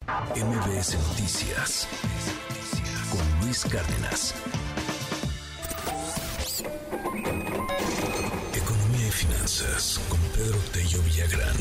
MBS Noticias con Luis Cárdenas. Economía y finanzas con Pedro Tello Villagrán.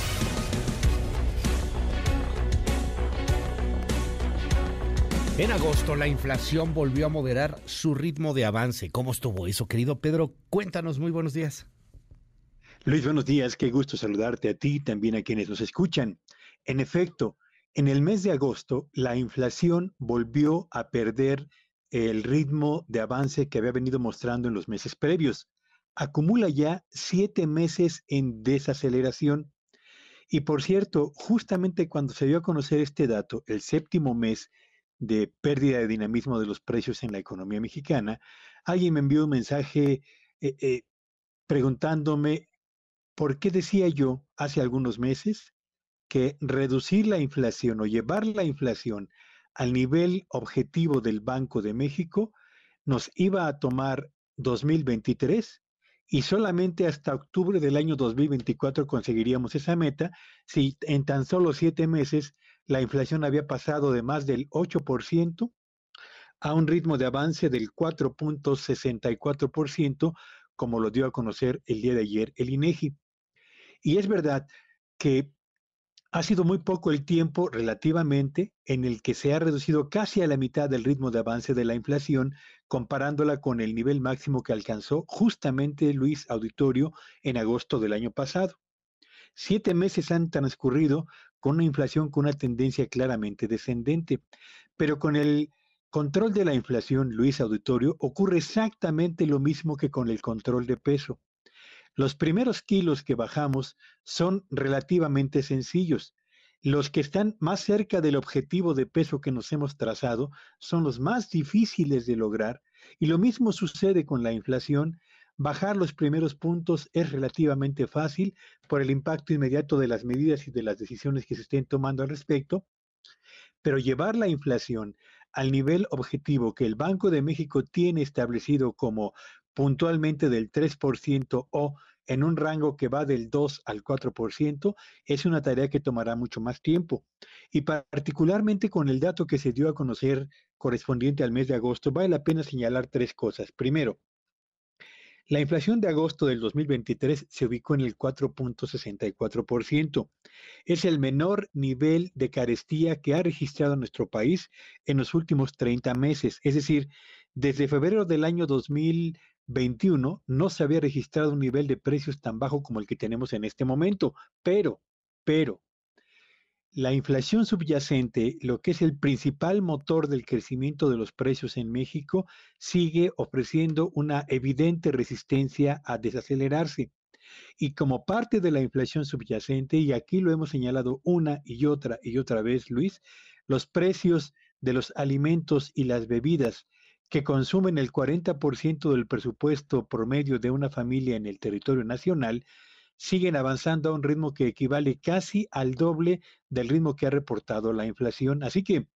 En agosto la inflación volvió a moderar su ritmo de avance. ¿Cómo estuvo eso, querido Pedro? Cuéntanos, muy buenos días. Luis, buenos días. Qué gusto saludarte a ti y también a quienes nos escuchan. En efecto, en el mes de agosto, la inflación volvió a perder el ritmo de avance que había venido mostrando en los meses previos. Acumula ya 7 meses en desaceleración. Y por cierto, justamente cuando se dio a conocer este dato, el séptimo mes de pérdida de dinamismo de los precios en la economía mexicana, alguien me envió un mensaje preguntándome por qué decía yo hace algunos meses que reducir la inflación o llevar la inflación al nivel objetivo del Banco de México nos iba a tomar 2023 y solamente hasta octubre del año 2024 conseguiríamos esa meta si en tan solo 7 meses la inflación había pasado de más del 8% a un ritmo de avance del 4.64%, como lo dio a conocer el día de ayer el INEGI. Y es verdad que ha sido muy poco el tiempo relativamente en el que se ha reducido casi a la mitad del ritmo de avance de la inflación, comparándola con el nivel máximo que alcanzó justamente Luis Auditorio en agosto del año pasado. 7 meses han transcurrido con una inflación con una tendencia claramente descendente, pero con el control de la inflación, Luis Auditorio, ocurre exactamente lo mismo que con el control de peso. Los primeros kilos que bajamos son relativamente sencillos. Los que están más cerca del objetivo de peso que nos hemos trazado son los más difíciles de lograr, y lo mismo sucede con la inflación. Bajar los primeros puntos es relativamente fácil por el impacto inmediato de las medidas y de las decisiones que se estén tomando al respecto, pero llevar la inflación al nivel objetivo que el Banco de México tiene establecido como puntualmente del 3% o en un rango que va del 2 al 4%, es una tarea que tomará mucho más tiempo. Y particularmente con el dato que se dio a conocer correspondiente al mes de agosto, vale la pena señalar 3 cosas. Primero, la inflación de agosto del 2023 se ubicó en el 4.64%. Es el menor nivel de carestía que ha registrado nuestro país en los últimos 30 meses. Es decir, desde febrero del año 2021 no se había registrado un nivel de precios tan bajo como el que tenemos en este momento. Pero, la inflación subyacente, lo que es el principal motor del crecimiento de los precios en México, sigue ofreciendo una evidente resistencia a desacelerarse. Y como parte de la inflación subyacente, y aquí lo hemos señalado una y otra vez, Luis, los precios de los alimentos y las bebidas que consumen el 40% del presupuesto promedio de una familia en el territorio nacional, siguen avanzando a un ritmo que equivale casi al doble del ritmo que ha reportado la inflación. Así que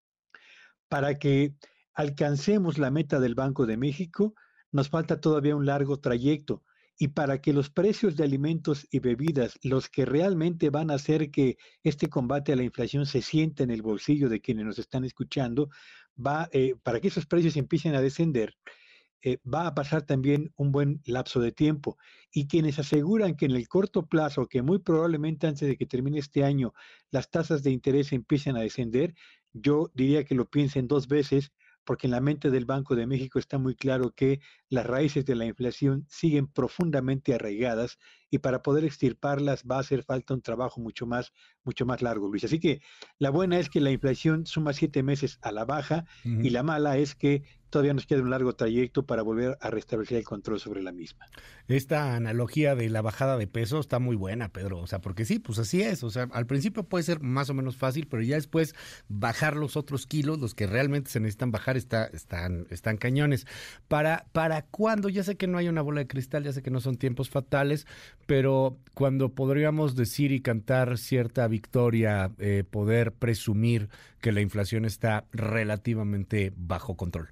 para que alcancemos la meta del Banco de México, nos falta todavía un largo trayecto. Y para que los precios de alimentos y bebidas, los que realmente van a hacer que este combate a la inflación se sienta en el bolsillo de quienes nos están escuchando, para que esos precios empiecen a descender, va a pasar también un buen lapso de tiempo. Y quienes aseguran que en el corto plazo, que muy probablemente antes de que termine este año, las tasas de interés empiecen a descender, yo diría que lo piensen 2 veces, porque en la mente del Banco de México está muy claro que las raíces de la inflación siguen profundamente arraigadas y para poder extirparlas va a hacer falta un trabajo mucho más largo, Luis. Así que la buena es que la inflación suma 7 meses a la baja y la mala es que todavía nos queda un largo trayecto para volver a restablecer el control sobre la misma. Esta analogía de la bajada de peso está muy buena, Pedro, o sea, porque sí, pues así es, o sea, al principio puede ser más o menos fácil, pero ya después bajar los otros kilos, los que realmente se necesitan bajar, están cañones. ¿Para cuándo? Ya sé que no hay una bola de cristal, ya sé que no son tiempos fatales, pero cuando podríamos decir y cantar cierta victoria, poder presumir que la inflación está relativamente bajo control.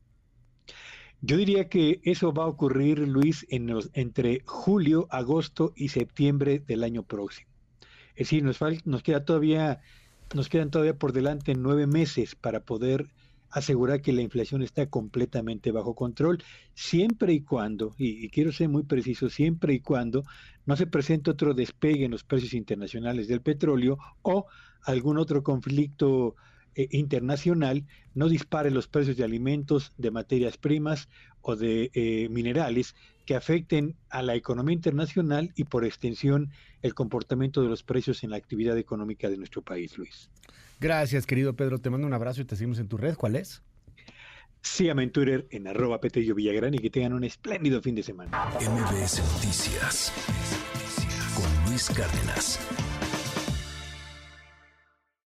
Yo diría que eso va a ocurrir, Luis, entre julio, agosto y septiembre del año próximo. Es decir, nos queda todavía nos quedan todavía por delante 9 meses para poder asegurar que la inflación está completamente bajo control, siempre y cuando, y quiero ser muy preciso, siempre y cuando no se presente otro despegue en los precios internacionales del petróleo o algún otro conflicto internacional no dispare los precios de alimentos, de materias primas o de minerales que afecten a la economía internacional y por extensión el comportamiento de los precios en la actividad económica de nuestro país, Luis. Gracias, querido Pedro. Te mando un abrazo y te seguimos en tu red. ¿Cuál es? Síganme en Twitter en @Petello Villagrán y que tengan un espléndido fin de semana. MBS Noticias con Luis Cárdenas.